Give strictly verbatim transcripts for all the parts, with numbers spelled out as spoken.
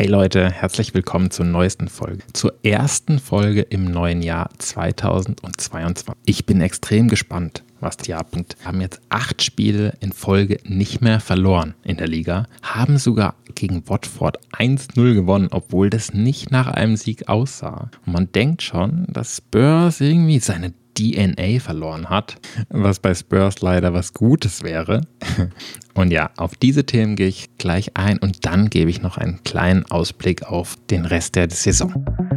Hey Leute, herzlich willkommen zur neuesten Folge. Zur ersten Folge im neuen Jahr zweitausendzweiundzwanzig. Ich bin extrem gespannt, was die abbringt. Wir haben jetzt acht Spiele in Folge nicht mehr verloren in der Liga, haben sogar gegen Watford eins null gewonnen, obwohl das nicht nach einem Sieg aussah. Und man denkt schon, dass Spurs irgendwie seine D N A verloren hat, was bei Spurs leider was Gutes wäre. Und ja, auf diese Themen gehe ich gleich ein und dann gebe ich noch einen kleinen Ausblick auf den Rest der Saison.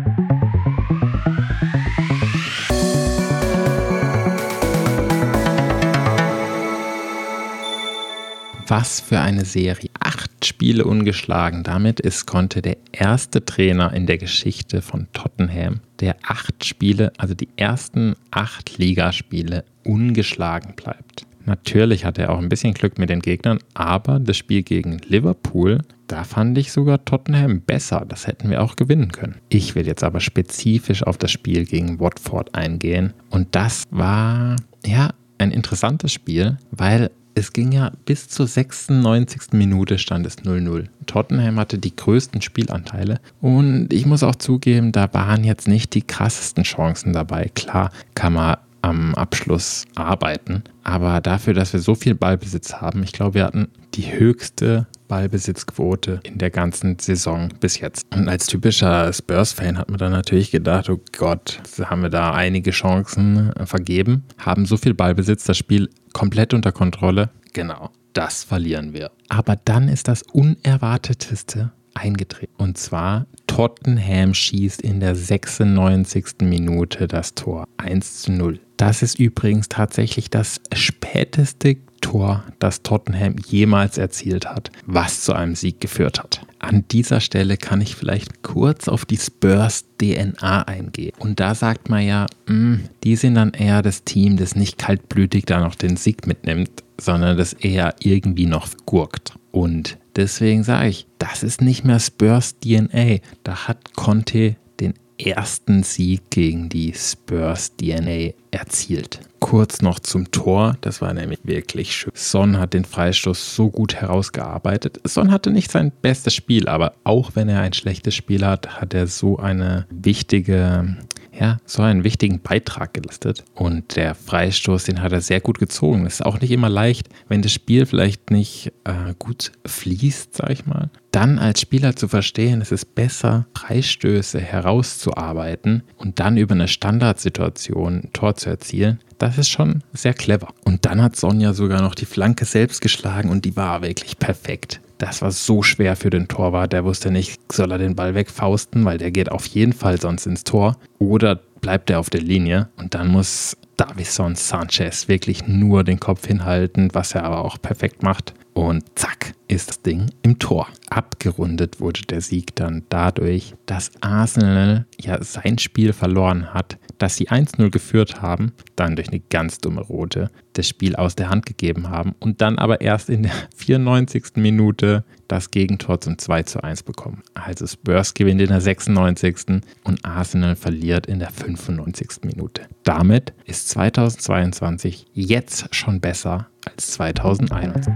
Was für eine Serie. Acht Spiele ungeschlagen. Damit ist Conte der erste Trainer in der Geschichte von Tottenham, der acht Spiele, also die ersten acht Ligaspiele, ungeschlagen bleibt. Natürlich hat er auch ein bisschen Glück mit den Gegnern, aber das Spiel gegen Liverpool, da fand ich sogar Tottenham besser. Das hätten wir auch gewinnen können. Ich will jetzt aber spezifisch auf das Spiel gegen Watford eingehen. Und das war, ja, ein interessantes Spiel, weil es ging ja bis zur sechsundneunzigsten Minute stand es null null. Tottenham hatte die größten Spielanteile und ich muss auch zugeben, da waren jetzt nicht die krassesten Chancen dabei. Klar kann man am Abschluss arbeiten, aber dafür, dass wir so viel Ballbesitz haben, ich glaube, wir hatten die höchste Ballbesitzquote in der ganzen Saison bis jetzt. Und als typischer Spurs-Fan hat man dann natürlich gedacht, oh Gott, haben wir da einige Chancen vergeben, haben so viel Ballbesitz, das Spiel komplett unter Kontrolle. Genau, das verlieren wir. Aber dann ist das Unerwarteteste eingetreten. Und zwar Tottenham schießt in der sechsundneunzigsten Minute das Tor eins zu null. Das ist übrigens tatsächlich das späteste Tor, das Tottenham jemals erzielt hat, was zu einem Sieg geführt hat. An dieser Stelle kann ich vielleicht kurz auf die Spurs D N A eingehen. Und da sagt man ja, mh, die sind dann eher das Team, das nicht kaltblütig da noch den Sieg mitnimmt, sondern das eher irgendwie noch gurkt. Und deswegen sage ich, das ist nicht mehr Spurs D N A. Da hat Conte den ersten Sieg gegen die Spurs D N A erzielt. Kurz noch zum Tor, das war nämlich wirklich schön. Son hat den Freistoß so gut herausgearbeitet. Son hatte nicht sein bestes Spiel, aber auch wenn er ein schlechtes Spiel hat, hat er so eine wichtige, ja, so einen wichtigen Beitrag geleistet. Und der Freistoß, den hat er sehr gut gezogen. Das ist auch nicht immer leicht, wenn das Spiel vielleicht nicht äh, gut fließt, sag ich mal. Dann als Spieler zu verstehen, es ist besser, Freistöße herauszuarbeiten und dann über eine Standardsituation ein Tor zu erzielen. Das ist schon sehr clever. Und dann hat Son ja sogar noch die Flanke selbst geschlagen und die war wirklich perfekt. Das war so schwer für den Torwart. Der wusste nicht, soll er den Ball wegfausten, weil der geht auf jeden Fall sonst ins Tor. Oder bleibt er auf der Linie und dann muss Davinson Sanchez wirklich nur den Kopf hinhalten, was er aber auch perfekt macht. Und zack, ist das Ding im Tor. Abgerundet wurde der Sieg dann dadurch, dass Arsenal ja sein Spiel verloren hat, dass sie eins null geführt haben, dann durch eine ganz dumme Rote das Spiel aus der Hand gegeben haben und dann aber erst in der vierundneunzigsten Minute das Gegentor zum zwei zu eins bekommen. Also Spurs gewinnt in der sechsundneunzigsten und Arsenal verliert in der fünfundneunzigsten Minute. Damit ist zweitausendzweiundzwanzig jetzt schon besser als zweitausendeinundzwanzig.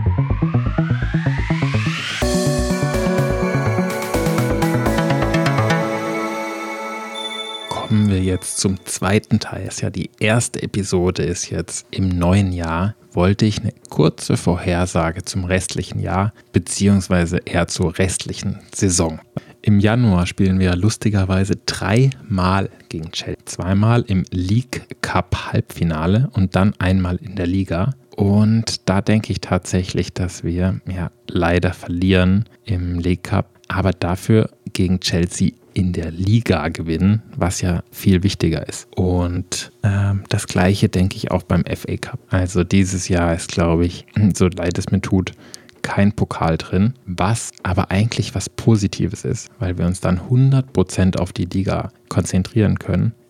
Kommen wir jetzt zum zweiten Teil. Das ist ja die erste Episode ist jetzt im neuen Jahr. Wollte ich eine kurze Vorhersage zum restlichen Jahr, beziehungsweise eher zur restlichen Saison. Im Januar spielen wir lustigerweise dreimal gegen Chelsea. Zweimal im League Cup Halbfinale und dann einmal in der Liga. Und da denke ich tatsächlich, dass wir ja leider verlieren im League Cup, aber dafür gegen Chelsea in der Liga gewinnen, was ja viel wichtiger ist. Und ähm, das Gleiche denke ich auch beim F A Cup. Also dieses Jahr ist, glaube ich, so leid es mir tut, kein Pokal drin, was aber eigentlich was Positives ist, weil wir uns dann hundert Prozent auf die Liga konzentrieren können.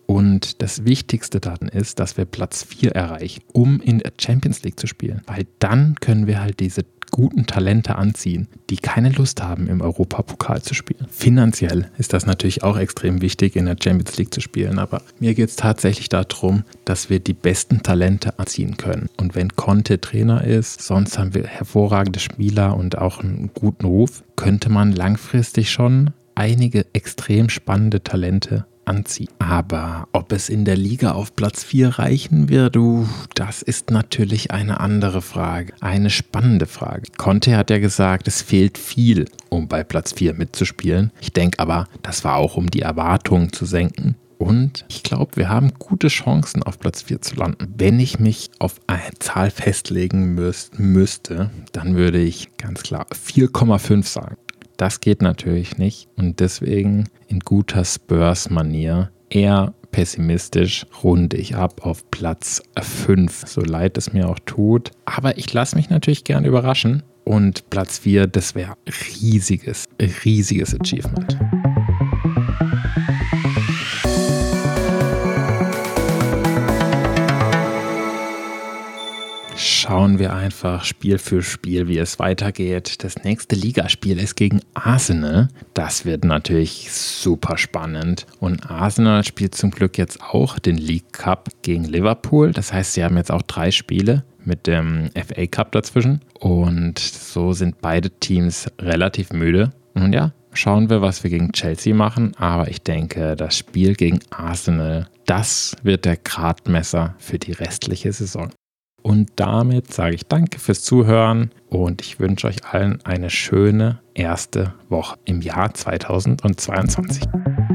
Und das Wichtigste daran ist, dass wir Platz vier erreichen, um in der Champions League zu spielen. Weil dann können wir halt diese guten Talente anziehen, die keine Lust haben, im Europapokal zu spielen. Finanziell ist das natürlich auch extrem wichtig, in der Champions League zu spielen, aber mir geht es tatsächlich darum, dass wir die besten Talente anziehen können. Und wenn Conte Trainer ist, sonst haben wir hervorragende Spieler und auch einen guten Ruf, könnte man langfristig schon einige extrem spannende Talente anziehen. Aber ob es in der Liga auf Platz vier reichen wird, uh, das ist natürlich eine andere Frage. Eine spannende Frage. Conte hat ja gesagt, es fehlt viel, um bei Platz vier mitzuspielen. Ich denke aber, das war auch, um die Erwartungen zu senken. Und ich glaube, wir haben gute Chancen, auf Platz vier zu landen. Wenn ich mich auf eine Zahl festlegen müß- müsste, dann würde ich ganz klar vier Komma fünf sagen. Das geht natürlich nicht und deswegen in guter Spurs-Manier eher pessimistisch runde ich ab auf Platz fünf, so leid es mir auch tut. Aber ich lasse mich natürlich gern überraschen und Platz vier, das wäre riesiges, riesiges Achievement. Schauen wir einfach Spiel für Spiel, wie es weitergeht. Das nächste Ligaspiel ist gegen Arsenal. Das wird natürlich super spannend. Und Arsenal spielt zum Glück jetzt auch den League Cup gegen Liverpool. Das heißt, sie haben jetzt auch drei Spiele mit dem F A Cup dazwischen. Und so sind beide Teams relativ müde. Und ja, schauen wir, was wir gegen Chelsea machen. Aber ich denke, das Spiel gegen Arsenal, das wird der Gradmesser für die restliche Saison. Und damit sage ich danke fürs Zuhören und ich wünsche euch allen eine schöne erste Woche im Jahr zweitausendzweiundzwanzig.